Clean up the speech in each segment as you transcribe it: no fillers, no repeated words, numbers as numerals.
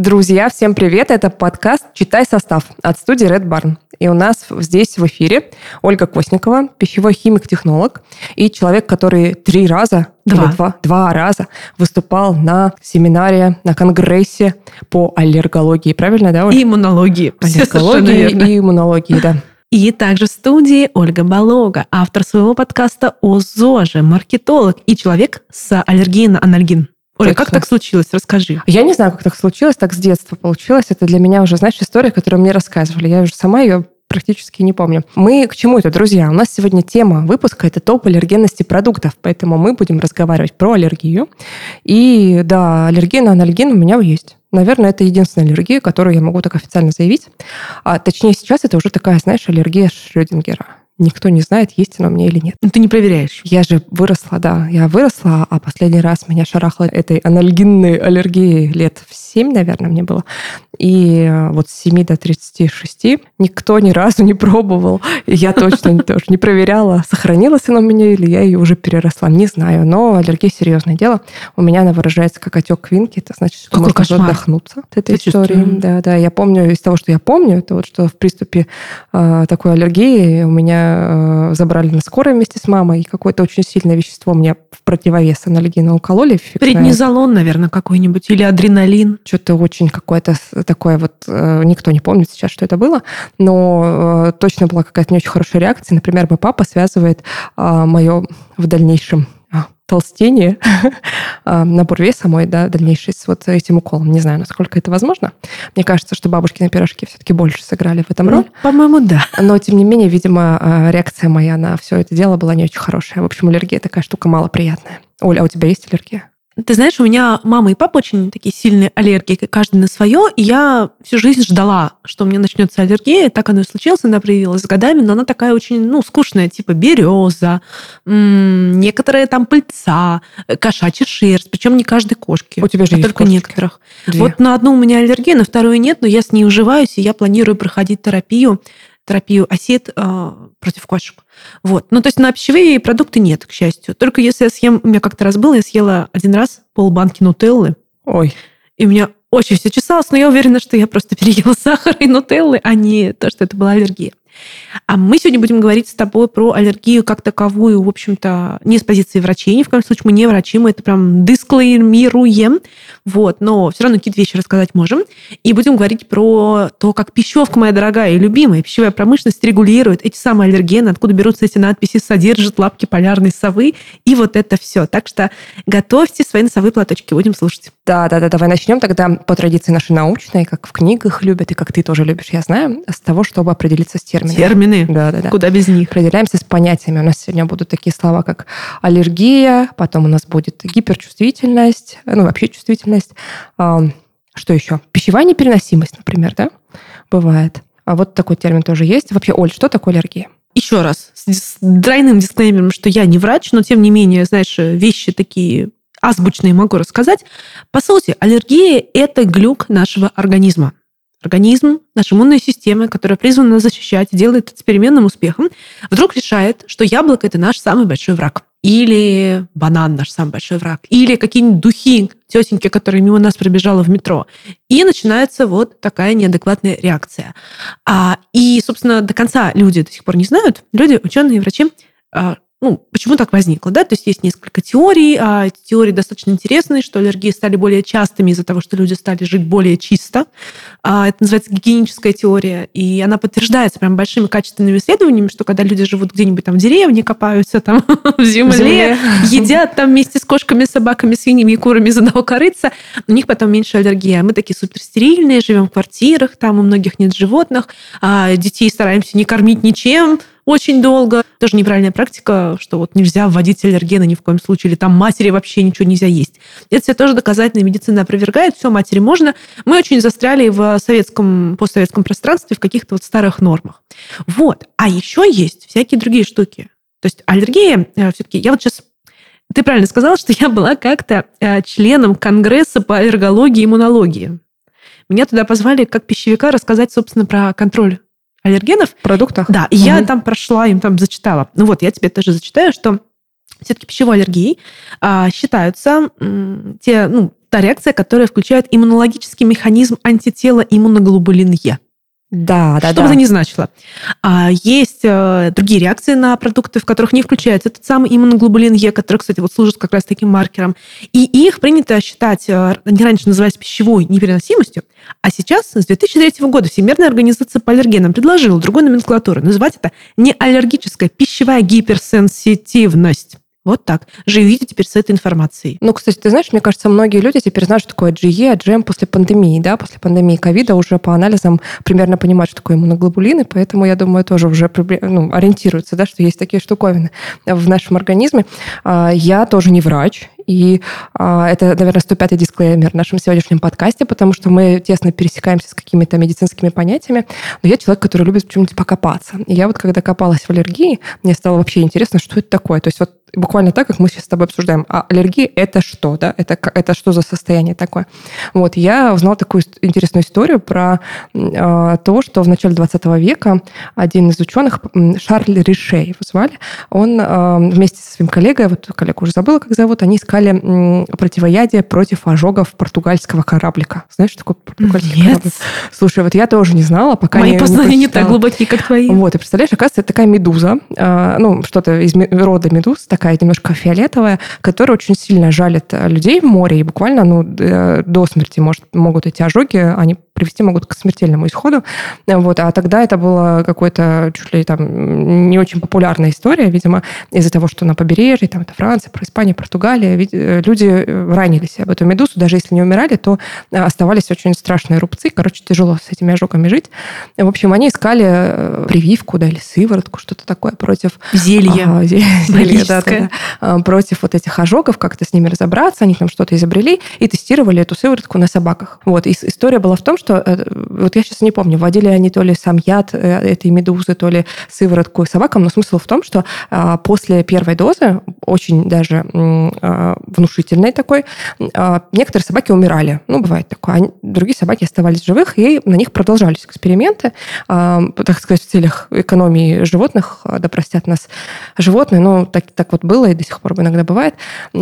Друзья, всем привет! Это подкаст «Читай состав» от студии Red Barn. И у нас здесь в эфире Ольга Косникова, пищевой химик-технолог и человек, который два раза выступал на семинаре, на конгрессе по аллергологии. Правильно, да, Ольга? И иммунологии. Аллергологии и иммунологии, да. И также в студии Ольга Болога, автор своего подкаста о ЗОЖе, маркетолог и человек с аллергией на анальгин. Оля, как так случилось? Расскажи. Я не знаю, как так случилось, так с детства получилось. Это для меня уже, знаешь, история, которую мне рассказывали. Я уже сама ее практически не помню. Мы к чему это, друзья? У нас сегодня тема выпуска – это топ аллергенности продуктов, поэтому мы будем разговаривать про аллергию. И да, аллергия на анальгин у меня есть. Наверное, это единственная аллергия, которую я могу так официально заявить. Точнее, сейчас это уже такая, знаешь, аллергия Шрёдингера. Никто не знает, есть она у меня или нет. Ты не проверяешь. Я же выросла, а последний раз меня шарахло этой анальгинной аллергией лет в 7, наверное, мне было. И вот с 7 до 36 никто ни разу не пробовал. И я точно тоже не проверяла, сохранилась она у меня или я ее уже переросла. Не знаю, но аллергия — серьезное дело. У меня она выражается как отек квинки. Это значит, что какой можно задохнуться от этой истории. Да, я помню, из того, что я помню, это вот что в приступе такой аллергии у меня забрали на скорой вместе с мамой, и какое-то очень сильное вещество мне в противовес анальгину укололи. Преднизолон, наверное, какой-нибудь, или адреналин. Что-то очень какое-то такое вот, никто не помнит сейчас, что это было, но точно была какая-то не очень хорошая реакция. Например, мой папа связывает мое в дальнейшем толстение, набор веса мой, да, дальнейший с вот этим уколом. Не знаю, насколько это возможно. Мне кажется, что бабушкины пирожки все-таки больше сыграли в этом роль. По-моему, да. Но, тем не менее, видимо, реакция моя на все это дело была не очень хорошая. В общем, аллергия такая штука малоприятная. Оля, а у тебя есть аллергия? Ты знаешь, у меня мама и папа очень такие сильные аллергики, каждый на свое, и я всю жизнь ждала, что у меня начнется аллергия. Так оно и случилось, она проявилась с годами, но она такая очень, скучная, типа береза, некоторые там пыльца, кошачья шерсть, причем не каждой кошки. У тебя же есть только кошечки. Некоторых. 2. Вот на одну у меня аллергия, на вторую нет, но я с ней уживаюсь, и я планирую проходить терапию ОСЕТ против кошек. Вот. То есть на пищевые продукты нет, к счастью. Только если я съем... У меня как-то раз было, я съела один раз полбанки нутеллы. Ой. И у меня очень все чесалось, но я уверена, что я просто переела сахар и нутеллы, а не то, что это была аллергия. А мы сегодня будем говорить с тобой про аллергию как таковую, в общем-то, не с позиции врачей, ни в коем случае мы не врачи, мы это прям дисклеймируем, но все равно какие-то вещи рассказать можем. И будем говорить про то, как пищевка моя дорогая и любимая, пищевая промышленность регулирует эти самые аллергены, откуда берутся эти надписи «содержит лапки полярной совы» и вот это все. Так что готовьте свои носовые платочки, будем слушать. Да, давай начнем тогда по традиции нашей научной, как в книгах любят, и как ты тоже любишь, я знаю, с того, чтобы определиться с терминами. Термины? Да. Куда без них? Определяемся с понятиями. У нас сегодня будут такие слова, как аллергия, потом у нас будет гиперчувствительность, вообще чувствительность. Что еще? Пищевая непереносимость, например, да, бывает. А вот такой термин тоже есть. Вообще, Оль, что такое аллергия? Еще раз, с двойным дисклеймером, что я не врач, но тем не менее, знаешь, вещи такие азбучные могу рассказать. По сути, аллергия – это глюк нашего организма. Организм, наша иммунная система, которая призвана нас защищать, делает это с переменным успехом, вдруг решает, что яблоко – это наш самый большой враг. Или банан – наш самый большой враг. Или какие-нибудь духи тетеньки, которые мимо нас пробежала в метро. И начинается вот такая неадекватная реакция. И, собственно, до конца люди до сих пор не знают, люди, ученые, врачи, почему так возникло, да? То есть несколько теорий, а эти теории достаточно интересные, что аллергии стали более частыми из-за того, что люди стали жить более чисто. Это называется гигиеническая теория, и она подтверждается прям большими качественными исследованиями, что когда люди живут где-нибудь там в деревне, копаются там в земле, едят там вместе с кошками, собаками, свиньями и курами из одного корыца, у них потом меньше аллергии. А мы такие суперстерильные, живем в квартирах, там у многих нет животных, детей стараемся не кормить ничем, очень долго. Тоже неправильная практика, что вот нельзя вводить аллергены ни в коем случае, или там матери вообще ничего нельзя есть. Это все тоже доказательно, медицина опровергает, все, матери можно. Мы очень застряли в постсоветском пространстве, в каких-то вот старых нормах. Вот. А еще есть всякие другие штуки. То есть аллергия все-таки... Я вот сейчас... Ты правильно сказала, что я была как-то членом конгресса по аллергологии и иммунологии. Меня туда позвали как пищевика рассказать, собственно, про контроль аллергенов. В продуктах? Да, и я там прошла, им там зачитала. Я тебе тоже зачитаю, что все-таки пищевой аллергией считаются те та реакция, которая включает иммунологический механизм антитела иммуноглобулин Е. Да. Что бы это ни значило. Есть другие реакции на продукты, в которых не включается этот самый иммуноглобулин Е, который, кстати, вот служит как раз таким маркером. И их принято считать, они раньше назывались пищевой непереносимостью, а сейчас, с 2003 года, Всемирная организация по аллергенам предложила другую номенклатуру. Называть это неаллергическая пищевая гиперсенситивность. Вот так. Живите теперь с этой информацией. Ну, кстати, ты знаешь, мне кажется, многие люди теперь знают, что такое IgE, IgM после пандемии, да, после пандемии ковида уже по анализам примерно понимают, что такое иммуноглобулины, поэтому, я думаю, тоже уже ориентируются, да, что есть такие штуковины в нашем организме. Я тоже не врач, и это, наверное, 105-й дисклеймер в нашем сегодняшнем подкасте, потому что мы тесно пересекаемся с какими-то медицинскими понятиями, но я человек, который любит почему-нибудь покопаться. И я вот, когда копалась в аллергии, мне стало вообще интересно, что это такое. То есть вот буквально так, как мы сейчас с тобой обсуждаем. А аллергия – это что, да? Это что за состояние такое? Вот, я узнала такую интересную историю про то, что в начале 20 века один из ученых, Шарль Ришей его звали, он вместе со своим коллегой, вот коллегу уже забыла, как зовут, они искали противоядие против ожогов португальского кораблика. Знаешь, что такое португальский кораблик? Слушай, вот я тоже не знала, пока Мои познания не так глубокие, как твои. Вот, и представляешь, оказывается, это такая медуза, что-то из рода медуз, такая немножко фиолетовая, которая очень сильно жалит людей в море, и буквально до смерти могут эти ожоги, они привести могут к смертельному исходу. Вот. А тогда это была какой-то чуть ли там не очень популярная история, видимо, из-за того, что на побережье, там это Франция, Испания, Португалия, люди ранились об эту медузу, даже если не умирали, то оставались очень страшные рубцы, короче, тяжело с этими ожогами жить. В общем, они искали прививку, да, или сыворотку, что-то такое против... Зелье. Зелье, да. Против вот этих ожогов, как-то с ними разобраться, они там что-то изобрели и тестировали эту сыворотку на собаках. Вот. И история была в том, что вот я сейчас не помню, вводили они то ли сам яд этой медузы, то ли сыворотку собакам, но смысл в том, что после первой дозы, очень даже внушительной такой, некоторые собаки умирали. Ну, бывает такое. А другие собаки оставались живых, и на них продолжались эксперименты, так сказать, в целях экономии животных, да простят нас животные, но так вот было и до сих пор иногда бывает.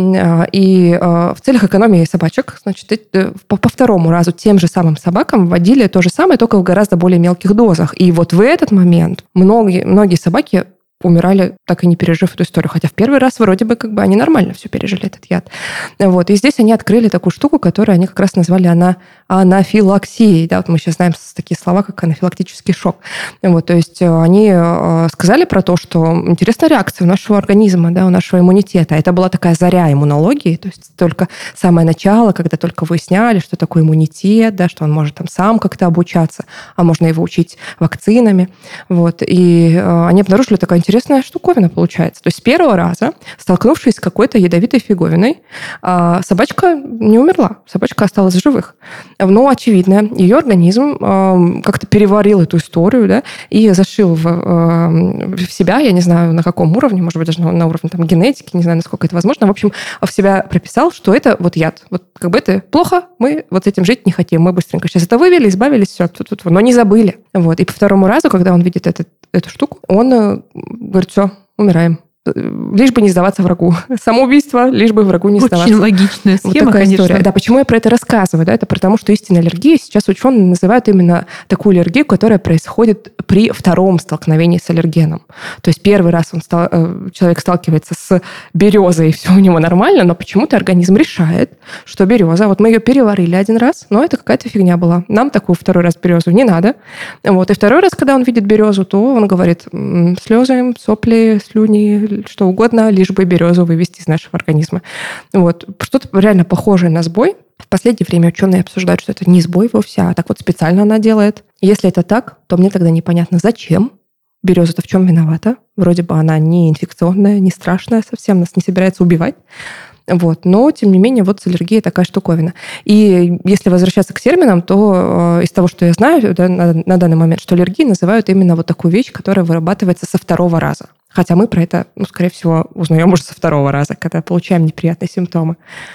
И в целях экономии собачек, значит, по второму разу тем же самым собакам вводили то же самое, только в гораздо более мелких дозах. И вот в этот момент многие собаки умирали, так и не пережив эту историю. Хотя в первый раз вроде бы как бы они нормально все пережили, этот яд. Вот. И здесь они открыли такую штуку, которую они как раз назвали анафилаксией. Да, вот мы сейчас знаем такие слова, как анафилактический шок. Вот. То есть они сказали про то, что интересная реакция у нашего организма, да, у нашего иммунитета. Это была такая заря иммунологии, то есть только самое начало, когда только выясняли, что такое иммунитет, да, что он может там сам как-то обучаться, а можно его учить вакцинами. Вот. И они обнаружили такая интересная штуковина получается. То есть с первого раза, столкнувшись с какой-то ядовитой фиговиной, собачка не умерла, собачка осталась в живых. Но, очевидно, ее организм как-то переварил эту историю, да, и зашил в себя, я не знаю, на каком уровне, может быть, даже на уровне там, генетики, не знаю, насколько это возможно, в общем, в себя прописал, что это вот яд. Вот как бы это плохо, мы вот с этим жить не хотим, мы быстренько сейчас это вывели, избавились, все, но не забыли. Вот. И по второму разу, когда он видит эту штуку, он говорит, все, умираем. Лишь бы не сдаваться врагу. Самоубийство, лишь бы врагу не сдаваться. Очень логичная схема, вот такая конечно. история. Да, почему я про это рассказываю? Да, это потому, что истинная аллергия сейчас ученые называют именно такую аллергию, которая происходит при втором столкновении с аллергеном. То есть первый раз человек сталкивается с березой, и все у него нормально, но почему-то организм решает, что береза, вот мы ее переварили один раз, но это какая-то фигня была. Нам такую второй раз березу не надо. Вот. И второй раз, когда он видит березу, то он говорит, слезы, сопли, слюни, что угодно, лишь бы березу вывести из нашего организма. Вот. Что-то реально похожее на сбой. В последнее время ученые обсуждают, что это не сбой вовсе, а так вот специально она делает. Если это так, то мне тогда непонятно, зачем. Береза-то в чем виновата? Вроде бы она не инфекционная, не страшная совсем, нас не собирается убивать. Вот. Но, тем не менее, вот с аллергией такая штуковина. И если возвращаться к терминам, то из того, что я знаю да, на данный момент, что аллергией называют именно вот такую вещь, которая вырабатывается со второго раза. Хотя мы про это, скорее всего, узнаем уже со второго раза, когда получаем неприятные симптомы.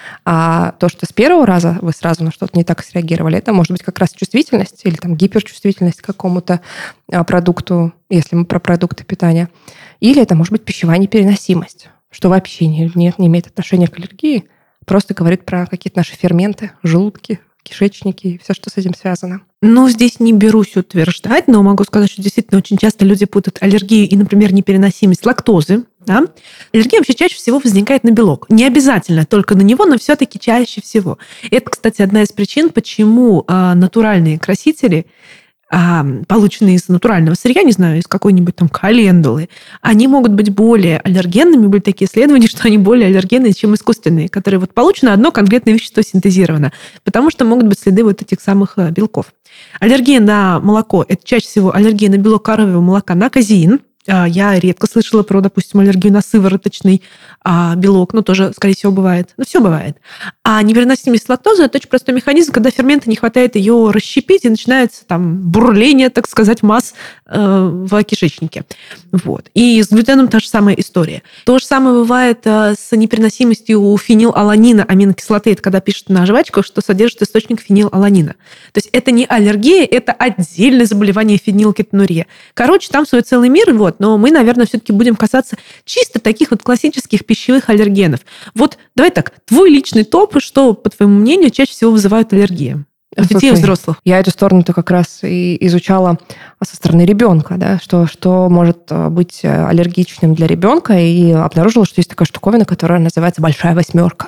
А то, что с первого раза вы сразу на что-то не так среагировали, это может быть как раз чувствительность или там гиперчувствительность к какому-то продукту, если мы про продукты питания. Или это может быть пищевая непереносимость, что вообще не имеет отношения к аллергии, просто говорит про какие-то наши ферменты, желудки, кишечники и все, что с этим связано. Ну, здесь не берусь утверждать, но могу сказать, что действительно очень часто люди путают аллергию и, например, непереносимость лактозы. Да? Аллергия вообще чаще всего возникает на белок. Не обязательно только на него, но все-таки чаще всего. Это, кстати, одна из причин, почему натуральные красители, полученные из натурального сырья, не знаю, из какой-нибудь там календулы, они могут быть более аллергенными. Были такие исследования, что они более аллергенные, чем искусственные, которые вот получено одно конкретное вещество синтезировано, потому что могут быть следы вот этих самых белков. Аллергия на молоко – это чаще всего аллергия на белок коровьего молока, на казеин. Я редко слышала про, допустим, аллергию на сывороточный белок. Ну, тоже, скорее всего, бывает. Ну, все бывает. А непереносимость лактозы – это очень простой механизм, когда фермента не хватает ее расщепить, и начинается там бурление, так сказать, масс в кишечнике. Вот. И с глютеном та же самая история. То же самое бывает с непереносимостью фенилаланина, аминокислоты. Это когда пишут на жвачках, что содержит источник фенилаланина. То есть это не аллергия, это отдельное заболевание фенилкетонурия. Короче, там свой целый мир, вот. Но мы, наверное, все-таки будем касаться чисто таких вот классических пищевых аллергенов. Вот давай так, твой личный топ, что, по твоему мнению, чаще всего вызывают аллергии? У детей и взрослых. Я эту сторону-то как раз и изучала со стороны ребенка, да, что может быть аллергичным для ребенка, и обнаружила, что есть такая штуковина, которая называется большая восьмерка.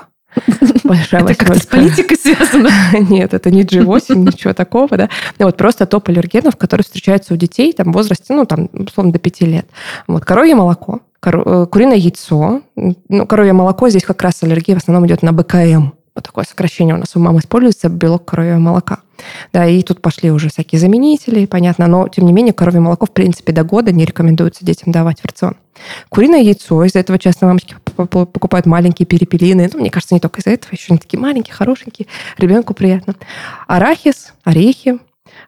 Это как-то с политикой связано? Нет, это не G8, ничего такого, да. Вот просто топ аллергенов, которые встречаются у детей там, в возрасте, ну, там, условно, до 5 лет. Вот, коровье молоко, куриное яйцо. Ну, коровье молоко, здесь как раз аллергия в основном идет на БКМ. Вот такое сокращение у нас у мам используется, белок коровьего молока. Да, и тут пошли уже всякие заменители, понятно, но, тем не менее, коровье молоко, в принципе, до года не рекомендуется детям давать в рацион. Куриное яйцо, из-за этого часто мамочки покупают маленькие перепелины. Ну, мне кажется, не только из-за этого, еще они такие маленькие, хорошенькие, ребенку приятно. Арахис, орехи.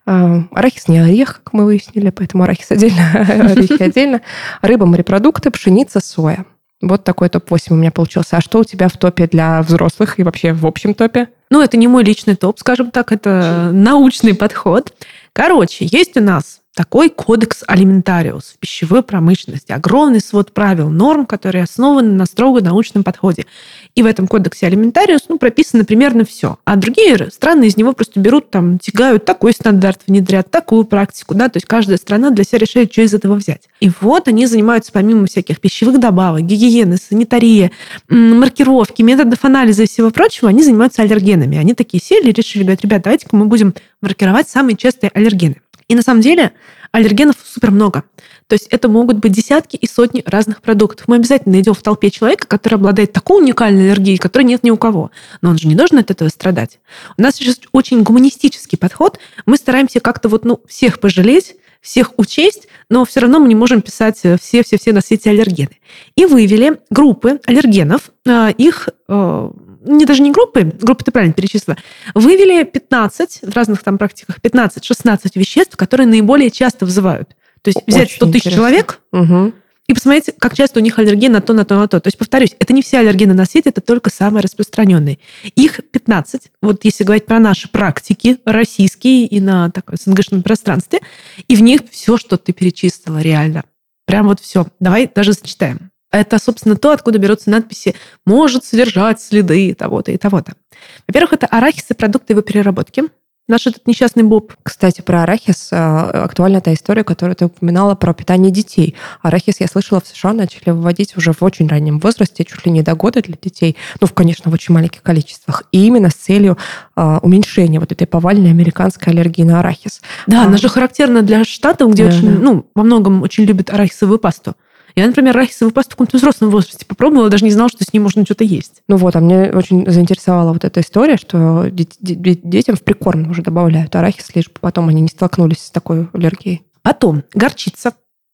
Арахис не орех, как мы выяснили, поэтому арахис отдельно, орехи отдельно. Рыба, морепродукты, пшеница, соя. Вот такой топ-8 у меня получился. А что у тебя в топе для взрослых и вообще в общем топе? Ну, это не мой личный топ, скажем так, это научный подход. Короче, есть у нас такой кодекс алиментариус в пищевой промышленности. Огромный свод правил, норм, которые основаны на строго научном подходе. И в этом кодексе алиментариус прописано примерно все. А другие страны из него просто берут, там, тягают такой стандарт, внедрят такую практику. Да? То есть каждая страна для себя решает, что из этого взять. И вот они занимаются помимо всяких пищевых добавок, гигиены, санитарии, маркировки, методов анализа и всего прочего, они занимаются аллергенами. Они такие сели и решили, говорят, ребят, давайте-ка мы будем маркировать самые частые аллергены. И на самом деле аллергенов супер много. То есть это могут быть десятки и сотни разных продуктов. Мы обязательно найдем в толпе человека, который обладает такой уникальной аллергией, которой нет ни у кого. Но он же не должен от этого страдать. У нас сейчас очень гуманистический подход. Мы стараемся как-то всех пожалеть, всех учесть, но все равно мы не можем писать все на свете аллергены. И вывели группы аллергенов, их... даже не группы ты правильно перечислила, вывели 15, в разных там практиках 15-16 веществ, которые наиболее часто вызывают. То есть взять 100 тысяч человек и посмотреть, как часто у них аллергия на то, на то, на то. То есть, повторюсь, это не все аллергены на свете, это только самые распространенные. Их 15, вот если говорить про наши практики, российские и на таком СНГшном пространстве, и в них все, что ты перечислила, реально. Прям вот все. Давай даже зачитаем. Это, собственно, то, откуда берутся надписи «может содержать следы того-то и того-то». Во-первых, это арахис и продукты его переработки. Наш этот несчастный Боб. Кстати, про арахис актуальна та история, которую ты упоминала про питание детей. Арахис, я слышала, в США начали выводить уже в очень раннем возрасте, чуть ли не до года для детей. Конечно, в очень маленьких количествах. И именно с целью уменьшения вот этой повальной американской аллергии на арахис. Да, она же характерна для Штатов, где во многом очень любят арахисовую пасту. Я, например, арахисовую пасту в каком-то взрослом возрасте попробовала, даже не знала, что с ней можно что-то есть. А мне очень заинтересовала вот эта история, что детям в прикорм уже добавляют арахис, лишь бы потом они не столкнулись с такой аллергией. Потом горчица.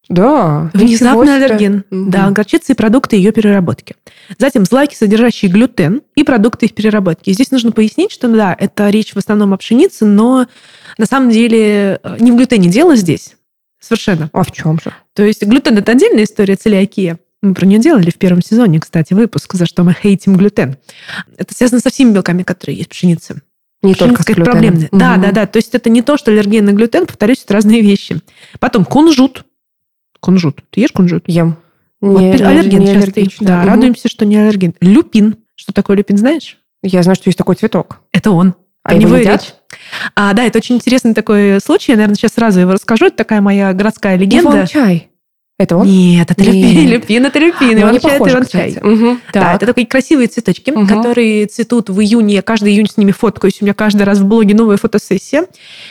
Да. Внезапный аллерген. Угу. Да, горчица и продукты ее переработки. Затем злаки, содержащие глютен, и продукты их переработки. Здесь нужно пояснить, что да, это речь в основном о пшенице, но на самом деле не в глютене дело здесь. Совершенно. А в чем же? То есть глютен – это отдельная история, целиакия. Мы про нее делали в первом сезоне, кстати, выпуск «За что мы хейтим глютен». Это связано со всеми белками, которые есть в пшенице. Не только с глютеном. Проблемная. Угу. Да. То есть это не то, что аллерген на глютен, повторюсь, это разные вещи. Потом кунжут. Кунжут. Ты ешь кунжут? Ем. Аллерген частый. Да, радуемся, что не аллерген. Люпин. Что такое люпин, знаешь? Я знаю, что есть такой цветок. Это он. А Про его него и едят? речь. Да, это очень интересный такой случай. Я, наверное, сейчас сразу его расскажу. Это такая моя городская легенда. Иван-чай. Это он? Нет, это Нет. люпин, это люпин. Но они Иван-чай, это похожи, Иван-чай. кстати. Мгм. Да, Так. это такие красивые цветочки, Мгм. которые цветут в июне. Я каждый июнь с ними фоткаюсь. У меня каждый раз в блоге новая фотосессия.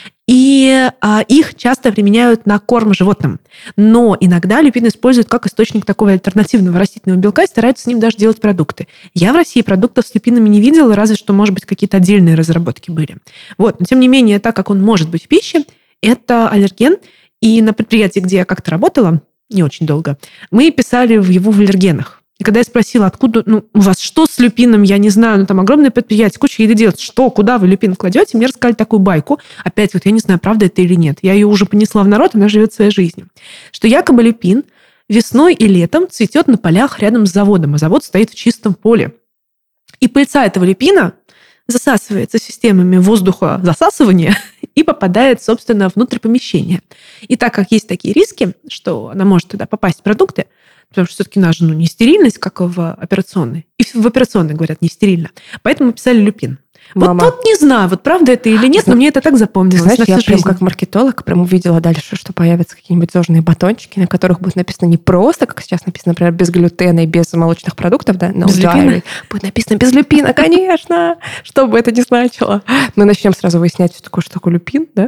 И их часто применяют на корм животным. Но иногда люпин используют как источник такого альтернативного растительного белка и стараются с ним даже делать продукты. Я в России продуктов с люпинами не видела, разве что, может быть, какие-то отдельные разработки были. Вот. Но, тем не менее, так как он может быть в пище, это аллерген. И на предприятии, где я как-то работала, не очень долго, мы писали его в аллергенах. И когда я спросила, откуда, у вас что с люпином, я не знаю, там огромное предприятие, куча еды делать, что, куда вы люпин кладете, мне рассказали такую байку. Опять вот я не знаю, правда это или нет. Я ее уже понесла в народ, она живет своей жизнью. Что якобы люпин весной и летом цветет на полях рядом с заводом, а завод стоит в чистом поле. И пыльца этого люпина засасывается системами воздуха засасывания и попадает, собственно, внутрь помещения. И так как есть такие риски, что она может туда попасть в продукты, потому что все-таки у нас же не стерильность, как в операционной. И в операционной, говорят, не стерильно. Поэтому мы писали люпин. Мама. Вот тут не знаю, вот правда это или нет, но мне это так запомнилось. Ты знаешь, на я всю прям жизнь. как маркетолог прям увидела дальше, что появятся какие-нибудь зожные батончики, на которых будет написано не просто, как сейчас написано, например, без глютена и без молочных продуктов, да, no Без люпина? dairy. Будет написано без люпина, конечно, что бы это ни значило. Мы начнем сразу выяснять, что такое люпин, да.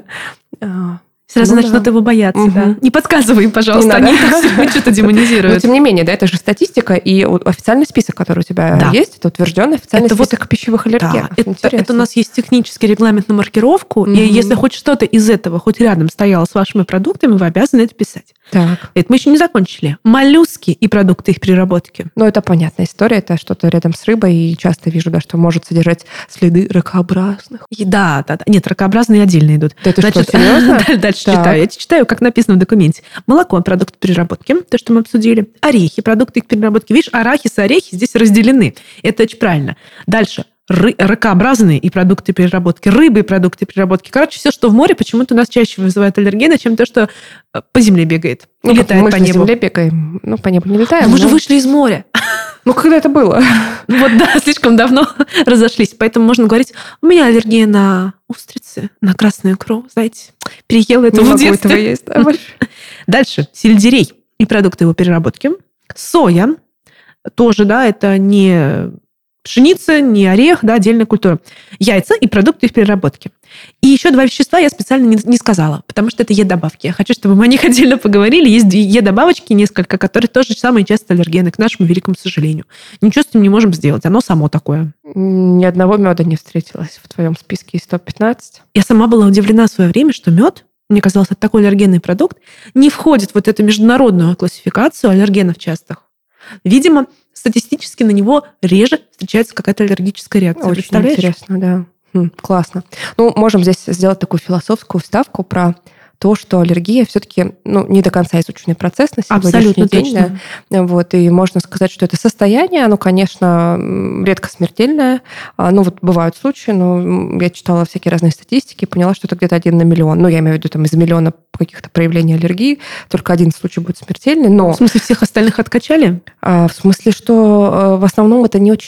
Сразу Ну начнут да. его бояться, Мгм. да. Не подсказывай им, пожалуйста, Не надо. они это все время что-то Но, демонизируют. тем не менее, да, это же статистика, и официальный список, который у тебя Да. есть, это утвержденный официальный Это вот- список пищевых аллергенов. Да, это Интересно. у нас есть технический регламент на маркировку, и Мгм. если хоть что-то из этого хоть рядом стояло с вашими продуктами, вы обязаны это писать. Так. Это мы еще не закончили. Моллюски и продукты их переработки. Ну, это понятная история, это что-то рядом с рыбой, и часто вижу, да, что может содержать следы ракообразных. И да. Нет, ракообразные отдельно идут. Да ты что, серьезно? Дальше Так. читаю. Я читаю, как написано в документе. Молоко, продукты переработки, то, что мы обсудили. Орехи, продукты их переработки. Видишь, арахис и орехи здесь разделены. Это очень правильно. Дальше. Ракообразные и продукты переработки, рыбы и продукты переработки. Короче, все, что в море, почему-то у нас чаще вызывает аллергены, чем то, что по земле бегает и Ну, как летает мы по же на небу. земле бегаем, ну, по небу не летаем. Мы же но- вышли из моря. Ну, когда это было? Вот да, слишком давно разошлись. Поэтому можно говорить, у меня аллергия на устрицы, на красную икру. Знаете, переела это Не в могу детстве. этого есть, да, больше. Дальше. Сельдерей и продукты его переработки. Соя. Тоже, да, это не пшеница, не орех, да, отдельная культура. Яйца и продукты их переработки. И еще 2 вещества я специально не сказала, потому что это Е-добавки. Я хочу, чтобы мы о них отдельно поговорили. Есть Е-добавочки несколько, которые тоже самые частые аллергены, к нашему великому сожалению. Ничего с ним не можем сделать. Оно само такое. Ни одного меда не встретилось в твоем списке из топ-15. Я сама была удивлена в свое время, что мед, мне казалось, это такой аллергенный продукт, не входит в вот эту международную классификацию аллергенов частых. Видимо, статистически на него реже встречается какая-то аллергическая реакция. Очень Представляешь? интересно, да. Классно. Ну, можем здесь сделать такую философскую вставку про то, что аллергия все-таки не до конца изученный процесс на сегодняшний Абсолютно день. точно. Да. Вот, и можно сказать, что это состояние, оно, конечно, редко смертельное. Вот бывают случаи, но я читала всякие разные статистики, поняла, что это где-то 1 на миллион. Я имею в виду, там, из миллиона каких-то проявлений аллергии только 1 случай будет смертельный, но... В смысле, всех остальных откачали? В смысле, что в основном это не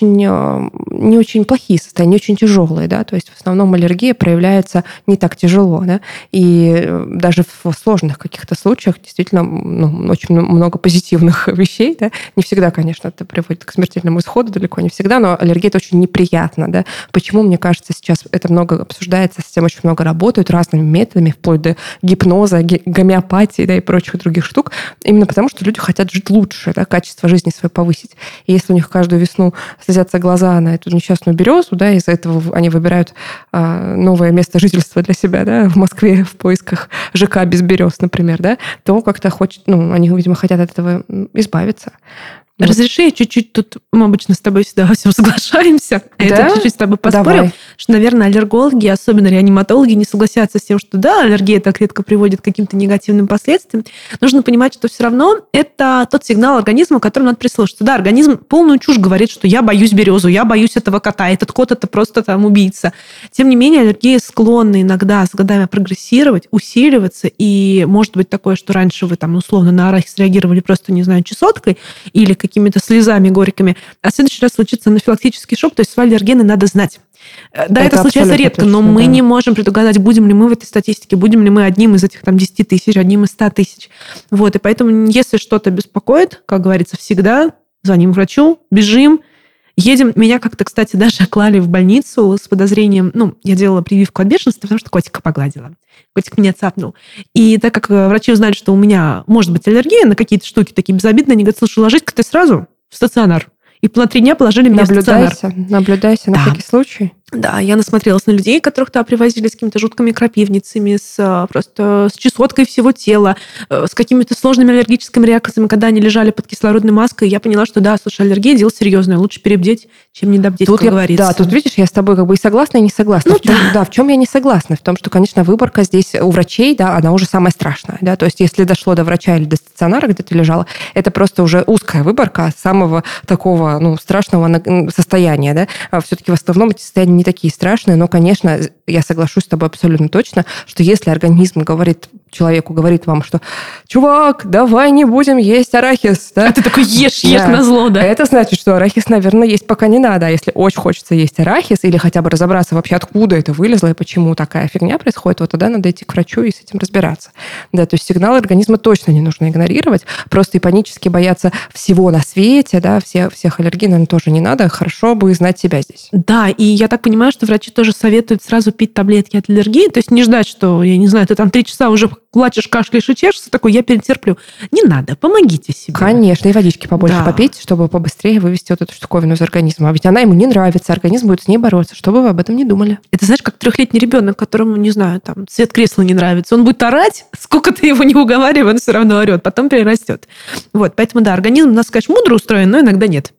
очень плохие состояния, не очень тяжелые, да, то есть в основном аллергия проявляется не так тяжело, да, и даже в сложных каких-то случаях действительно очень много позитивных вещей, да, не всегда, конечно, это приводит к смертельному исходу, далеко не всегда, но аллергия это очень неприятно, да. Почему, мне кажется, сейчас это много обсуждается, с этим очень много работают разными методами, вплоть до гипноза, гомеопатии, да, и прочих других штук, именно потому, что люди хотят жить лучше, да, качество жизни свое повысить. И если у них каждую весну слезятся глаза на эту несчастную березу, да, из-за этого они выбирают новое место жительства для себя, да, в Москве в поисках ЖК без берез, например, да, то как-то они, видимо, хотят от этого избавиться. Разреши, я чуть-чуть тут, мы обычно с тобой всегда во всем соглашаемся. Да? Я чуть-чуть с тобой поспорю, Давай. что, наверное, аллергологи, особенно реаниматологи, не согласятся с тем, что да, аллергия так редко приводит к каким-то негативным последствиям. Нужно понимать, что все равно это тот сигнал организма, к которому надо прислушаться. Да, организм полную чушь говорит, что я боюсь березу, я боюсь этого кота, этот кот это просто там убийца. Тем не менее, аллергия склонна иногда с годами прогрессировать, усиливаться, и может быть такое, что раньше вы там условно на арахис реагировали просто, не знаю, чесоткой или какими-то слезами горькими, а в следующий раз случится анафилактический шок, то есть свои аллергены надо знать. Да, это случается редко, точно, но мы не можем предугадать, будем ли мы в этой статистике, будем ли мы одним из этих 10 тысяч, одним из 100 тысяч. Вот, и поэтому, если что-то беспокоит, как говорится, всегда звоним врачу, бежим, едем. Меня как-то, кстати, даже клали в больницу с подозрением. Я делала прививку от бешенства, потому что котика погладила. Котик меня цапнул. И так как врачи узнали, что у меня может быть аллергия на какие-то штуки такие безобидные, они говорят, слушай, ложись-ка ты сразу в стационар. И на 3 дня положили меня в стационар. Наблюдайся на всякий случай. Да, я насмотрелась на людей, которых привозили с какими-то жуткими крапивницами, просто с чесоткой всего тела, с какими-то сложными аллергическими реакциями, когда они лежали под кислородной маской. Я поняла, что да, слушай, аллергия – дело серьезное. Лучше перебдеть, чем недобдеть, как говорится. Да, тут, видишь, я с тобой и согласна, и не согласна. В чем я не согласна? В том, что, конечно, выборка здесь у врачей, да, она уже самая страшная. Да? То есть если дошло до врача или до стационара, где ты лежала, это просто уже узкая выборка самого такого страшного состояния. Да? Все-таки в основном эти состояния не такие страшные, но, конечно, я соглашусь с тобой абсолютно точно, что если организм человеку говорит вам, что чувак, давай не будем есть арахис. Да? А ты такой ешь назло, да? Это значит, что арахис, наверное, есть пока не надо. А если очень хочется есть арахис или хотя бы разобраться вообще, откуда это вылезло и почему такая фигня происходит, вот тогда надо идти к врачу и с этим разбираться. Да, то есть сигналы организма точно не нужно игнорировать, просто и панически бояться всего на свете, да, всех аллергий, наверное, тоже не надо. Хорошо бы знать себя здесь. Да, и я так понимаю, что врачи тоже советуют сразу пить таблетки от аллергии, то есть не ждать, что, я не знаю, ты 3 часа уже плачешь, кашляешь и чешешься, такой, я перетерплю. Не надо, помогите себе. Конечно, и водички побольше попейте, чтобы побыстрее вывести вот эту штуковину из организма. А ведь она ему не нравится, организм будет с ней бороться, чтобы вы об этом не думали. Это знаешь, как 3-летний ребенок, которому, не знаю, цвет кресла не нравится. Он будет орать, сколько ты его не уговаривай, он все равно орет, потом перерастет. Вот, поэтому, да, организм у нас, конечно, мудро устроен, но иногда нет.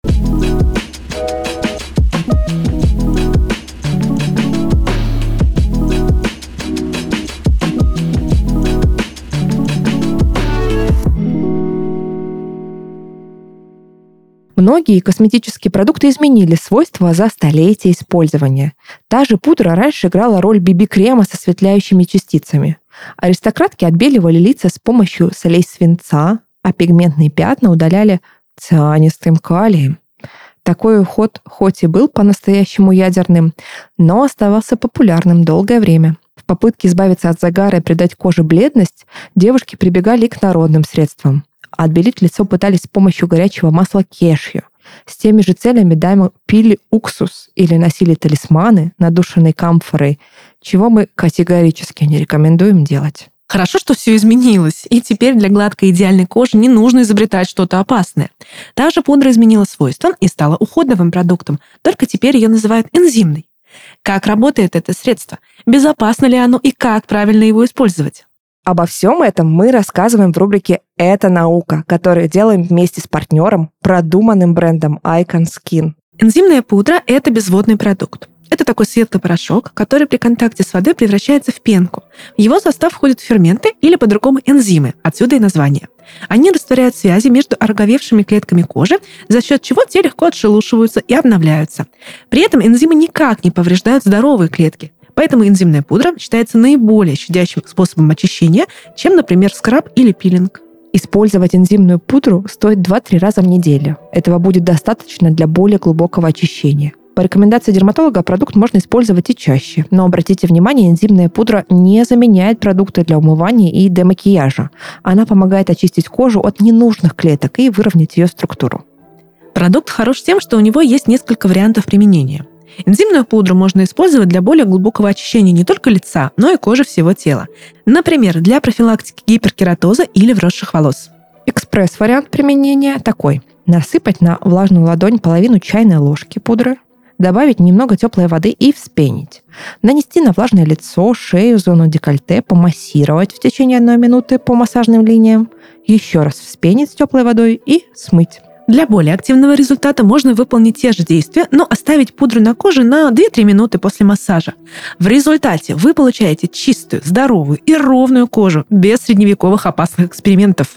Многие косметические продукты изменили свойства за столетия использования. Та же пудра раньше играла роль BB-крема со осветляющими частицами. Аристократки отбеливали лица с помощью солей свинца, а пигментные пятна удаляли цианистым калием. Такой уход хоть и был по-настоящему ядерным, но оставался популярным долгое время. В попытке избавиться от загара и придать коже бледность, девушки прибегали и к народным средствам. Отбелить лицо пытались с помощью горячего масла кешью. С теми же целями дамы пили уксус или носили талисманы, надушенные камфорой, чего мы категорически не рекомендуем делать. Хорошо, что все изменилось, и теперь для гладкой идеальной кожи не нужно изобретать что-то опасное. Та же пудра изменила свойства и стала уходовым продуктом, только теперь ее называют энзимной. Как работает это средство? Безопасно ли оно и как правильно его использовать? Обо всем этом мы рассказываем в рубрике «Это наука», которую делаем вместе с партнером, продуманным брендом Icon Skin. Энзимная пудра – это безводный продукт. Это такой светлый порошок, который при контакте с водой превращается в пенку. В его состав входят ферменты или по-другому энзимы, отсюда и название. Они растворяют связи между ороговевшими клетками кожи, за счет чего те легко отшелушиваются и обновляются. При этом энзимы никак не повреждают здоровые клетки. Поэтому энзимная пудра считается наиболее щадящим способом очищения, чем, например, скраб или пилинг. Использовать энзимную пудру стоит 2-3 раза в неделю. Этого будет достаточно для более глубокого очищения. По рекомендации дерматолога продукт можно использовать и чаще. Но обратите внимание, энзимная пудра не заменяет продукты для умывания и демакияжа. Она помогает очистить кожу от ненужных клеток и выровнять ее структуру. Продукт хорош тем, что у него есть несколько вариантов применения. Энзимную пудру можно использовать для более глубокого очищения не только лица, но и кожи всего тела. Например, для профилактики гиперкератоза или вросших волос. Экспресс-вариант применения такой. Насыпать на влажную ладонь половину чайной ложки пудры, добавить немного теплой воды и вспенить. Нанести на влажное лицо, шею, зону декольте, помассировать в течение 1 минуты по массажным линиям, еще раз вспенить с теплой водой и смыть. Для более активного результата можно выполнить те же действия, но оставить пудру на коже на 2-3 минуты после массажа. В результате вы получаете чистую, здоровую и ровную кожу без средневековых опасных экспериментов.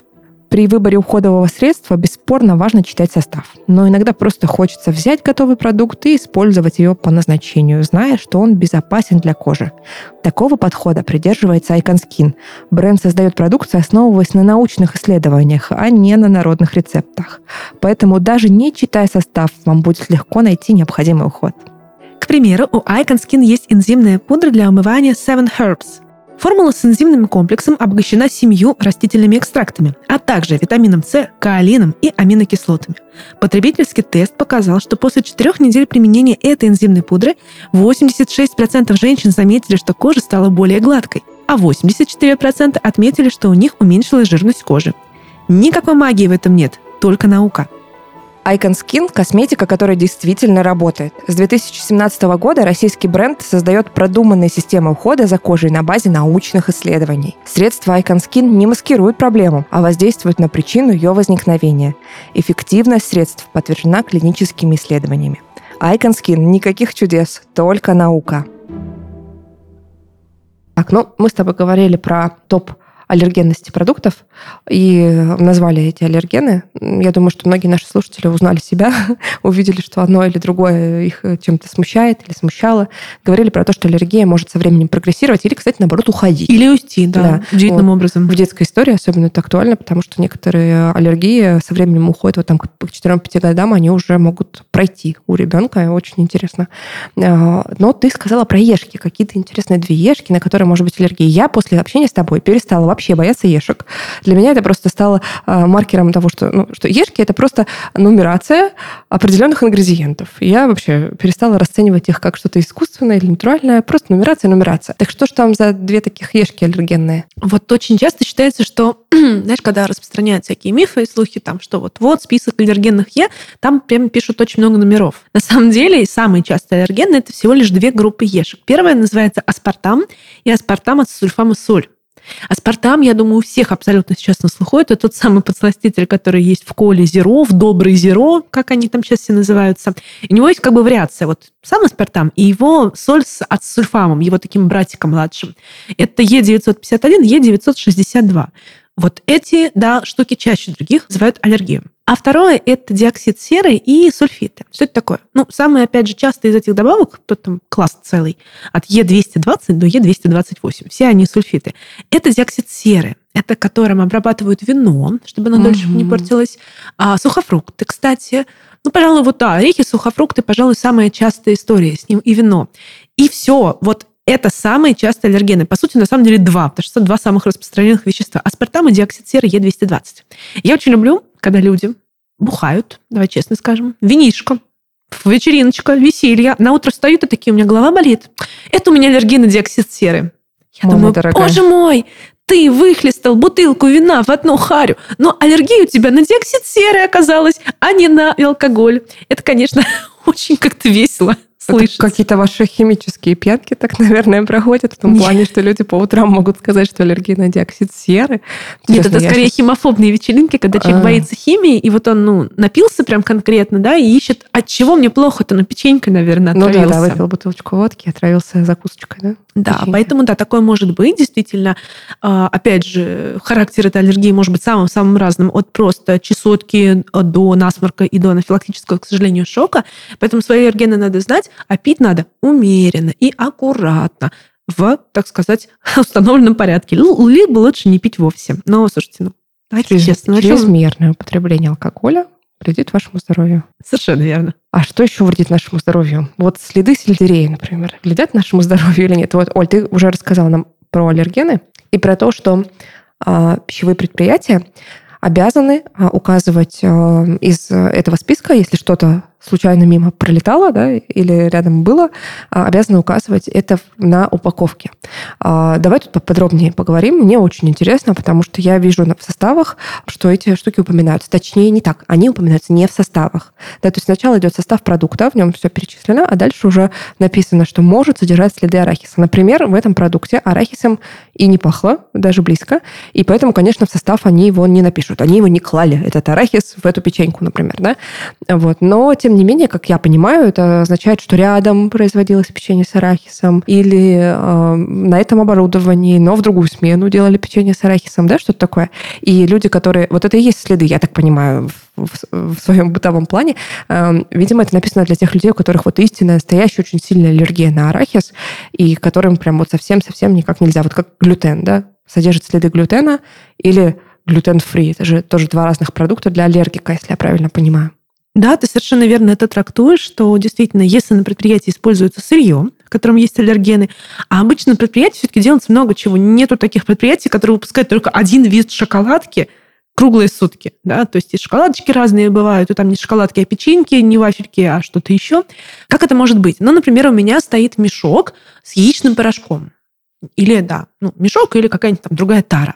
При выборе уходового средства бесспорно важно читать состав. Но иногда просто хочется взять готовый продукт и использовать его по назначению, зная, что он безопасен для кожи. Такого подхода придерживается Icon Skin. Бренд создает продукцию, основываясь на научных исследованиях, а не на народных рецептах. Поэтому даже не читая состав, вам будет легко найти необходимый уход. К примеру, у Icon Skin есть энзимная пудра для умывания Seven Herbs. Формула с энзимным комплексом обогащена 7 растительными экстрактами, а также витамином С, каолином и аминокислотами. Потребительский тест показал, что после 4 недель применения этой энзимной пудры 86% женщин заметили, что кожа стала более гладкой, а 84% отметили, что у них уменьшилась жирность кожи. Никакой магии в этом нет, только наука. Icon Skin – косметика, которая действительно работает. С 2017 года российский бренд создает продуманные системы ухода за кожей на базе научных исследований. Средства Icon Skin не маскируют проблему, а воздействуют на причину ее возникновения. Эффективность средств подтверждена клиническими исследованиями. Icon Skin – никаких чудес, только наука. Так, мы с тобой говорили про топ аллергенности продуктов и назвали эти аллергены. Я думаю, что многие наши слушатели узнали себя, увидели, что одно или другое их чем-то смущает или смущало. Говорили про то, что аллергия может со временем прогрессировать или, кстати, наоборот, уходить. Или уйти, да, удивительным образом. В детской истории особенно это актуально, потому что некоторые аллергии со временем уходят, вот там к 4-5 годам они уже могут пройти у ребенка. Очень интересно. Но ты сказала про ешки. Какие-то интересные 2 ешки, на которые может быть аллергия. Я после общения с тобой перестала вообще бояться ешек. Для меня это просто стало маркером того, что ешки – это просто нумерация определенных ингредиентов. Я вообще перестала расценивать их как что-то искусственное или натуральное. Просто нумерация. Так что ж там за 2 таких ешки аллергенные? Вот очень часто считается, что, знаешь, когда распространяют всякие мифы и слухи, там, что вот список аллергенных там прям пишут очень много номеров. На самом деле, самые частые аллергены – это всего лишь 2 группы ешек. Первая называется аспартам и аспартам-ацетульфам соль. Аспартам, я думаю, у всех абсолютно сейчас на слуху. Это тот самый подсластитель, который есть в коле зеро, в добрый зеро, как они там сейчас все называются. И у него есть вариация. Вот сам аспартам и его соль с ацетульфамом, его таким братиком младшим. Это Е951, Е962. Вот эти, штуки чаще других вызывают аллергию. А второе – это диоксид серы и сульфиты. Что это такое? Самые, опять же, частые из этих добавок, тут там класс целый, от Е220 до Е228, все они сульфиты. Это диоксид серы. Это которым обрабатывают вино, чтобы оно дольше не портилось. А сухофрукты, кстати. Пожалуй, орехи, сухофрукты, пожалуй, самая частая история с ним, и вино. И все. Это самые частые аллергены. По сути, на самом деле 2, потому что 2 самых распространенных вещества. Аспартам и диоксид серы Е220. Я очень люблю, когда люди бухают, давай честно скажем, винишко, вечериночка, веселье. На утро встают и такие, у меня голова болит. Это у меня аллергия на диоксид серы. Я думаю, дорогая, боже мой, ты выхлестал бутылку вина в одну харю, но аллергия у тебя на диоксид серы оказалась, а не на алкоголь. Это, конечно, очень как-то весело. Какие-то ваши химические пьянки так, наверное, проходят в том плане, что люди по утрам могут сказать, что аллергия на диоксид серы. Нет, это скорее химофобные вечеринки, когда человек боится химии, и он напился прям конкретно, и ищет, от чего мне плохо-то, печенькой, наверное, отравился. Выпил бутылочку водки, отравился закусочкой, да? Да, печенькой. Поэтому, такое может быть, действительно. Опять же, характер этой аллергии может быть самым разным, от просто чесотки до насморка и до анафилактического, к сожалению, шока. Поэтому свои аллергены надо знать, а пить надо умеренно и аккуратно, в, так сказать, установленном порядке. Либо лучше не пить вовсе. Но, слушайте, давайте честно. Чрезмерное употребление алкоголя вредит вашему здоровью. Совершенно верно. А что еще вредит нашему здоровью? Следы сельдерея, например, вредят нашему здоровью или нет? Оль, ты уже рассказала нам про аллергены и про то, что пищевые предприятия обязаны указывать из этого списка, если что-то случайно мимо пролетало, или рядом было, обязаны указывать это на упаковке. Давай тут поподробнее поговорим. Мне очень интересно, потому что я вижу в составах, что эти штуки упоминаются. Точнее, не так. Они упоминаются не в составах. То есть сначала идет состав продукта, в нем все перечислено, а дальше уже написано, что может содержать следы арахиса. Например, в этом продукте арахисом и не пахло, даже близко, и поэтому, конечно, в состав они его не напишут. Они его не клали, этот арахис, в эту печеньку, например. Но, тем тем не менее, как я понимаю, это означает, что рядом производилось печенье с арахисом или на этом оборудовании, но в другую смену делали печенье с арахисом, да, что-то такое. И люди, которые... Вот это и есть следы, я так понимаю, в своем бытовом плане. Видимо, это написано для тех людей, у которых вот истинная, настоящая, очень сильная аллергия на арахис, и которым прям вот совсем-совсем никак нельзя. Вот как глютен, да, содержит следы глютена или глютен-фри. Это же тоже два разных продукта для аллергика, если я правильно понимаю. Да, ты совершенно верно это трактуешь, что действительно, если на предприятии используется сырье, в котором есть аллергены, а обычно на предприятии все-таки делается много чего. Нету таких предприятий, которые выпускают только один вид шоколадки круглые сутки. Да? То есть и шоколадочки разные бывают, и там не шоколадки, а печеньки, не вафельки, а что-то еще. Как это может быть? Ну, например, у меня стоит мешок с яичным порошком. Или, да, мешок или какая-нибудь там другая тара.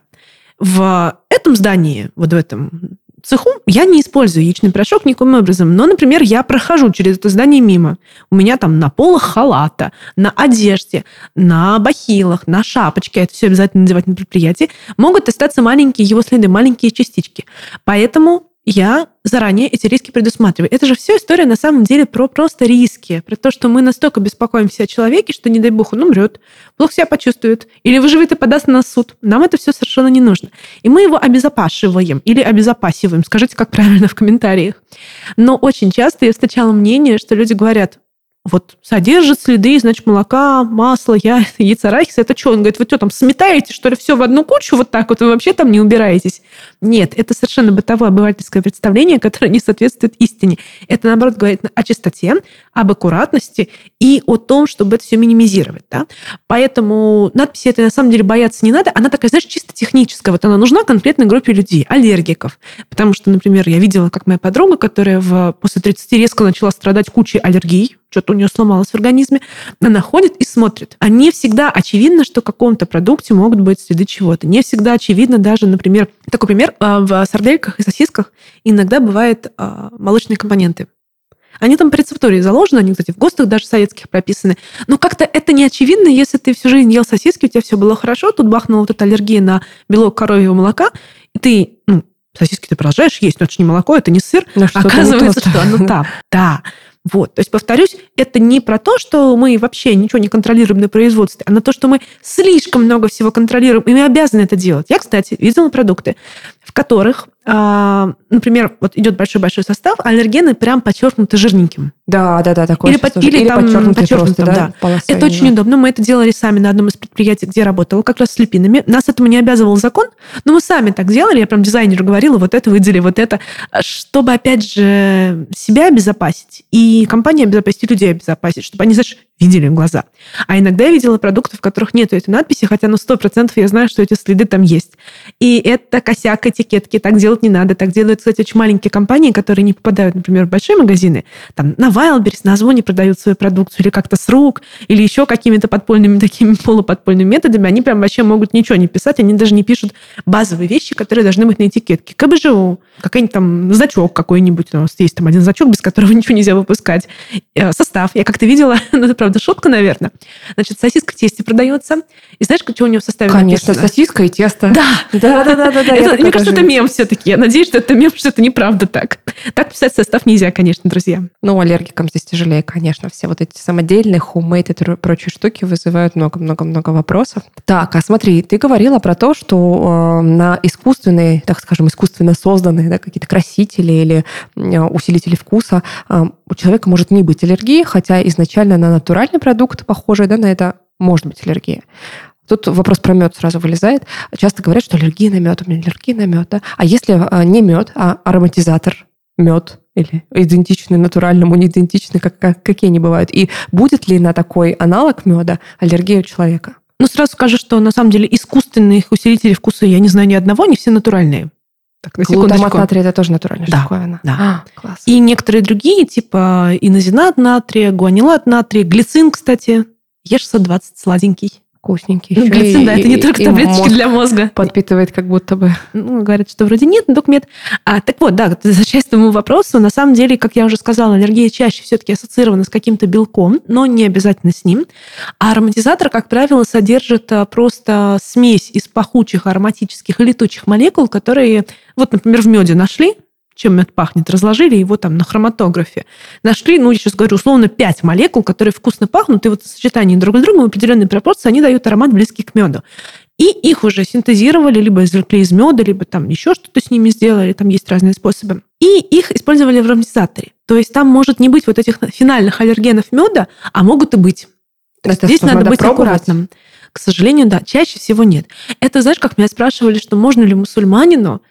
В этом здании, вот в этом цеху, я не использую яичный порошок никаким образом. Но, например, я прохожу через это здание мимо. У меня там на полах халата, на одежде, на бахилах, на шапочке, это все обязательно надевать на предприятии, могут остаться маленькие его следы, маленькие частички. Поэтому я заранее эти риски предусматриваю. Это же все история на самом деле про просто риски, про то, что мы настолько беспокоимся о человеке, что, не дай бог, он умрет, плохо себя почувствует, или выживет и подаст на суд. Нам это все совершенно не нужно. И мы его обезопашиваем или обезопасиваем. Скажите, как правильно в комментариях. Но очень часто я встречала мнение, что люди говорят: вот содержит следы, значит, молока, масла, яйца, арахис. Это что? Он говорит: вы что там, сметаете, что ли, все в одну кучу вот так вот? Вы вообще там не убираетесь? Нет, это совершенно бытовое обывательское представление, которое не соответствует истине. Это, наоборот, говорит о чистоте, об аккуратности и о том, чтобы это все минимизировать. Да? Поэтому надписи этой на самом деле бояться не надо. Она такая, знаешь, чисто техническая. Вот она нужна конкретной группе людей, аллергиков. Потому что, например, я видела, как моя подруга, которая после 30 резко начала страдать кучей аллергий, что-то у нее сломалось в организме, она ходит и смотрит. А не всегда очевидно, что в каком-то продукте могут быть следы чего-то. Не всегда очевидно даже, например, такой пример, в сардельках и сосисках иногда бывают молочные компоненты. Они там по рецептуре заложены, они, кстати, в ГОСТах даже советских прописаны. Но как-то это не очевидно, если ты всю жизнь ел сосиски, у тебя все было хорошо, тут бахнула вот эта аллергия на белок коровьего молока, и ты, сосиски ты продолжаешь есть, но это же не молоко, это не сыр. Оказывается, что оно там. Да. Вот. То есть, повторюсь, это не про то, что мы вообще ничего не контролируем на производстве, а на то, что мы слишком много всего контролируем, и мы обязаны это делать. Я, кстати, видела продукты, в которых, например, вот идет большой-большой состав, а аллергены прям подчеркнуто жирненьким. Да, такое. Или там подчеркнутым, да. Это очень удобно. Мы это делали сами на одном из предприятий, где я работала, как раз с липинами. Нас этому не обязывал закон, но мы сами так делали. Я прям дизайнеру говорила: вот это выдели, вот это, чтобы, опять же, себя обезопасить и компанию обезопасить, и людей обезопасить, чтобы они, знаешь, видели глаза. А иногда я видела продукты, в которых нету этой надписи, хотя 100% я знаю, что эти следы там есть. И это косяк этикетки. Так делать не надо. Так делают, кстати, очень маленькие компании, которые не попадают, например, в большие магазины. Там на Wildberries, на Озоне продают свою продукцию, или как-то с рук, или еще какими-то подпольными, такими полуподпольными методами. Они прям вообще могут ничего не писать, они даже не пишут базовые вещи, которые должны быть на этикетке. КБЖУ, какой-нибудь там значок какой-нибудь. У нас есть там один значок, без которого ничего нельзя выпускать. Состав. Я как-то видела, ну, это правда шутка, наверное. Значит, сосиска в тесте продается. И знаешь, что у нее в составе Конечно, написано? сосиска и тесто. Да. Мне кажется, это мем все-таки. Я надеюсь, что это мем, что это неправда так. Так писать состав нельзя, конечно, друзья. Ну, аллергикам здесь тяжелее, конечно. Все вот эти самодельные, homemade и прочие штуки вызывают много-много-много вопросов. Так, а смотри, ты говорила про то, что на искусственные, так скажем, искусственно созданные, да, какие-то красители или усилители вкуса у человека может не быть аллергии, хотя изначально на натуральный продукт, похожий, да, на это, может быть аллергия. Тут вопрос про мед сразу вылезает. Часто говорят, что аллергия на мед, у меня аллергия на мед. Да? А если не мед, а ароматизатор мед или идентичный натуральному, не идентичный, какие они бывают? И будет ли на такой аналог меда аллергия у человека? Ну, сразу скажу, что на самом деле искусственных усилителей вкуса я не знаю ни одного, они все натуральные. Так, глутамат натрия – это тоже натуральная штуковина. Да. Класс. И некоторые другие, типа инозинат натрия, гуанилат натрия, глицин, кстати, Е620 сладенький. Вкусненький. Глицин, да, это не только таблеточки для мозга. Подпитывает как будто бы. Ну, говорят, что вроде нет, но только мед. Так вот, да, возвращаясь к твоему вопросу, на самом деле, как я уже сказала, аллергия чаще все-таки ассоциирована с каким-то белком, но не обязательно с ним. А ароматизатор, как правило, содержит просто смесь из пахучих ароматических и летучих молекул, которые, вот, например, в меде нашли, чем мед пахнет, разложили его там на хроматографе. Нашли, я сейчас говорю, условно, 5 молекул, которые вкусно пахнут, и вот в сочетании друг с другом в определенной пропорции они дают аромат, близкий к меду. И их уже синтезировали, либо извлекли из меда, либо там еще что-то с ними сделали, там есть разные способы. И их использовали в ароматизаторе. То есть там может не быть вот этих финальных аллергенов меда, а могут и быть. Здесь надо быть аккуратным. К сожалению, да, чаще всего нет. Это, знаешь, как меня спрашивали, что можно ли мусульманину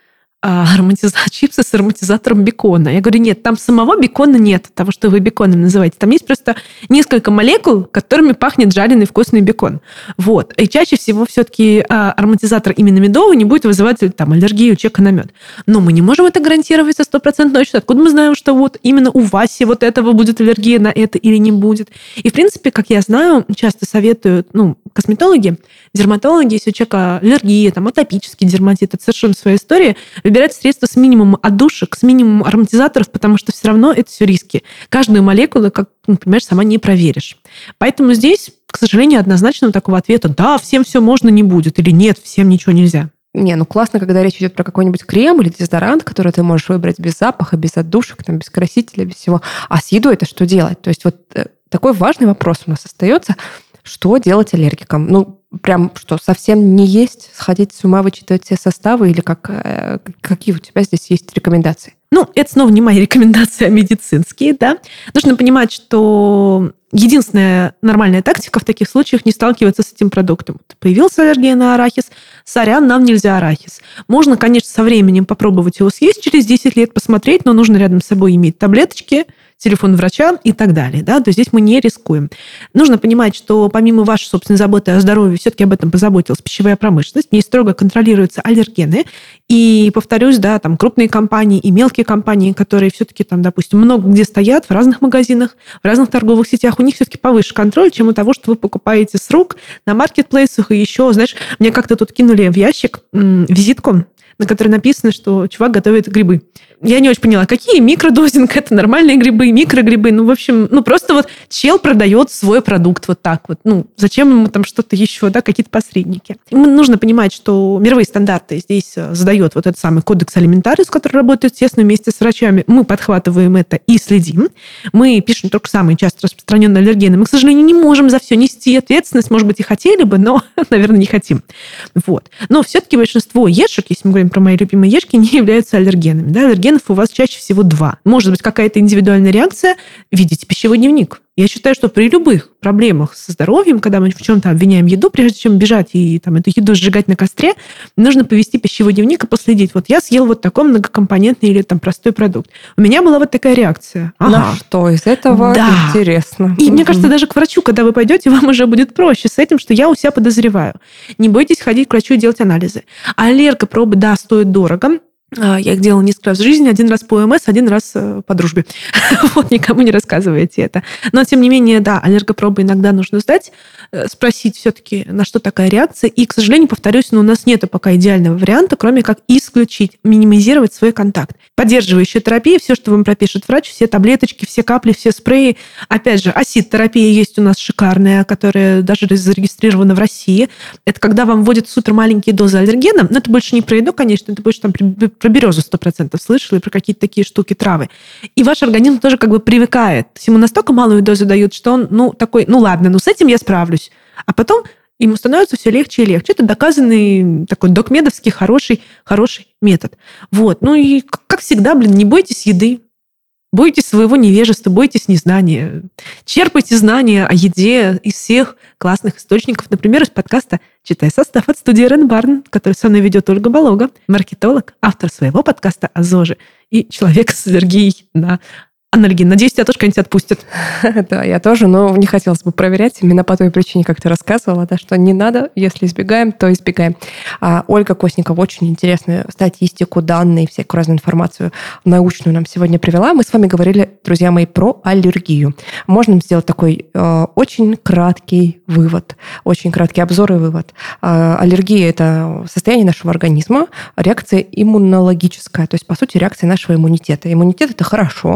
чипсы с ароматизатором бекона. Я говорю, нет, там самого бекона нет, того, что вы беконом называете. Там есть просто несколько молекул, которыми пахнет жареный вкусный бекон. Вот. И чаще всего все-таки ароматизатор именно медовый не будет вызывать там аллергию у человека на мед. Но мы не можем это гарантировать со 100% точно. Откуда мы знаем, что вот именно у Васи вот этого будет аллергия на это или не будет? И, в принципе, как я знаю, часто советуют, косметологи, дерматологи, если у человека аллергия, там, атопический дерматит, это совершенно своя история, выбирать средства с минимумом отдушек, с минимумом ароматизаторов, потому что все равно это все риски. Каждую молекулу, как, понимаешь, сама не проверишь. Поэтому здесь, к сожалению, однозначного такого ответа «да, всем все можно» не будет или «нет, всем ничего нельзя». Классно, когда речь идет про какой-нибудь крем или дезодорант, который ты можешь выбрать без запаха, без отдушек, без красителя, без всего. А с едой это что делать? То есть вот такой важный вопрос у нас остается. Что делать аллергикам? Прям что, совсем не есть, сходить с ума, вычитывать все составы, или какие у тебя здесь есть рекомендации? Это снова не мои рекомендации, а медицинские, да. Нужно понимать, что единственная нормальная тактика в таких случаях не сталкиваться с этим продуктом. Появился аллергия на арахис, сорян, нам нельзя арахис. Можно, конечно, со временем попробовать его съесть, через 10 лет посмотреть, но нужно рядом с собой иметь таблеточки, телефон врача и так далее. Да? То есть здесь мы не рискуем. Нужно понимать, что помимо вашей собственной заботы о здоровье, все-таки об этом позаботилась пищевая промышленность, в ней строго контролируются аллергены. И, повторюсь, да, там крупные компании и мелкие компании, которые все-таки там, допустим, много где стоят, в разных магазинах, в разных торговых сетях, у них все-таки повыше контроль, чем у того, что вы покупаете с рук на маркетплейсах и еще, знаешь, мне как-то тут кинули в ящик визитку, на которой написано, что чувак готовит грибы. Я не очень поняла, какие микродозинг, это нормальные грибы, микрогрибы. В общем, просто вот чел продает свой продукт вот так вот. Зачем ему там что-то еще, да, какие-то посредники. Нужно понимать, что мировые стандарты здесь задает вот этот самый кодекс алиментариус, который работает, естественно, вместе с врачами. Мы подхватываем это и следим. Мы пишем только самые часто распространенные аллергены. Мы, к сожалению, не можем за все нести ответственность. Может быть, и хотели бы, но, наверное, не хотим. Вот. Но все-таки большинство ешек, если мы говорим про мои любимые ешки, не являются аллергенами. Да? Аллергенов у вас чаще всего 2. Может быть, какая-то индивидуальная реакция. Ведите пищевой дневник. Я считаю, что при любых проблемах со здоровьем, когда мы в чем-то обвиняем еду, прежде чем бежать и там, эту еду сжигать на костре, нужно повести пищевой дневник и последить. Вот я съел вот такой многокомпонентный или там простой продукт. У меня была вот такая реакция. На что из этого? Да. Интересно. И мне кажется, даже к врачу, когда вы пойдете, вам уже будет проще с этим, что я у себя подозреваю. Не бойтесь ходить к врачу и делать анализы. Аллергопробы, да, стоят дорого. Я их делала несколько раз в жизни, 1 раз по ОМС, 1 раз по дружбе. Вот, никому не рассказывайте это. Но, тем не менее, да, аллергопробы иногда нужно сдать, спросить все-таки, на что такая реакция. И, к сожалению, повторюсь, у нас нет пока идеального варианта, кроме как исключить, минимизировать свой контакт. Поддерживающая терапия, все, что вам пропишет врач, все таблеточки, все капли, все спреи. Опять же, асид-терапия есть у нас шикарная, которая даже зарегистрирована в России. Это когда вам вводят супер маленькие дозы аллергена, но это больше не про еду, конечно, это больше там про березу 100% слышала, и про какие-то такие штуки, травы. И ваш организм тоже как бы привыкает. То есть ему настолько малую дозу дают, что он, такой, ладно, с этим я справлюсь. А потом ему становится все легче и легче. Это доказанный такой докмедовский хороший метод. Вот. И, как всегда, не бойтесь еды. Бойтесь своего невежества, бойтесь незнания. Черпайте знания о еде из всех классных источников. Например, из подкаста «Читай состав» от студии Рен Барн, который со мной ведет Ольга Болога, маркетолог, автор своего подкаста о ЗОЖе и человек с аллергией на анальгин. Надеюсь, тебя тоже когда-нибудь отпустят. Да, я тоже, но не хотелось бы проверять именно по той причине, как ты рассказывала, да, что не надо, если избегаем, то избегаем. Ольга Косникова очень интересную статистику, данные, всякую разную информацию научную нам сегодня привела. Мы с вами говорили, друзья мои, про аллергию. Можно сделать такой очень краткий вывод, очень краткий обзор и вывод. Аллергия – это состояние нашего организма, реакция иммунологическая, то есть, по сути, реакция нашего иммунитета. Иммунитет – это хорошо, он защищает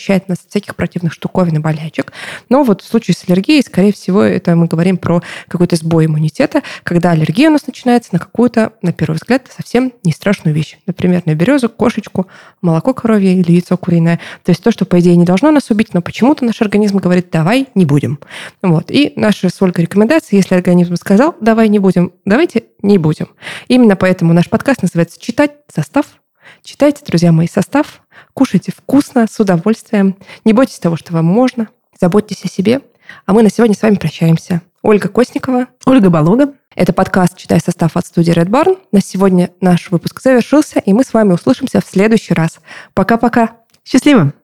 защищает нас от всяких противных штуковин и болячек. Но вот в случае с аллергией, скорее всего, это мы говорим про какой-то сбой иммунитета, когда аллергия у нас начинается на какую-то, на первый взгляд, совсем не страшную вещь. Например, на березу, кошечку, молоко коровье или яйцо куриное. То есть то, что, по идее, не должно нас убить, но почему-то наш организм говорит, давай не будем. Вот. И наша с Ольгой рекомендация, если организм сказал, давай не будем, давайте не будем. Именно поэтому наш подкаст называется «Читать состав». Читайте, друзья мои, состав, кушайте вкусно, с удовольствием. Не бойтесь того, что вам можно. Заботьтесь о себе. А мы на сегодня с вами прощаемся. Ольга Косникова. Ольга Болога. Это подкаст «Читай состав» от студии Red Barn. На сегодня наш выпуск завершился, и мы с вами услышимся в следующий раз. Пока-пока. Счастливо.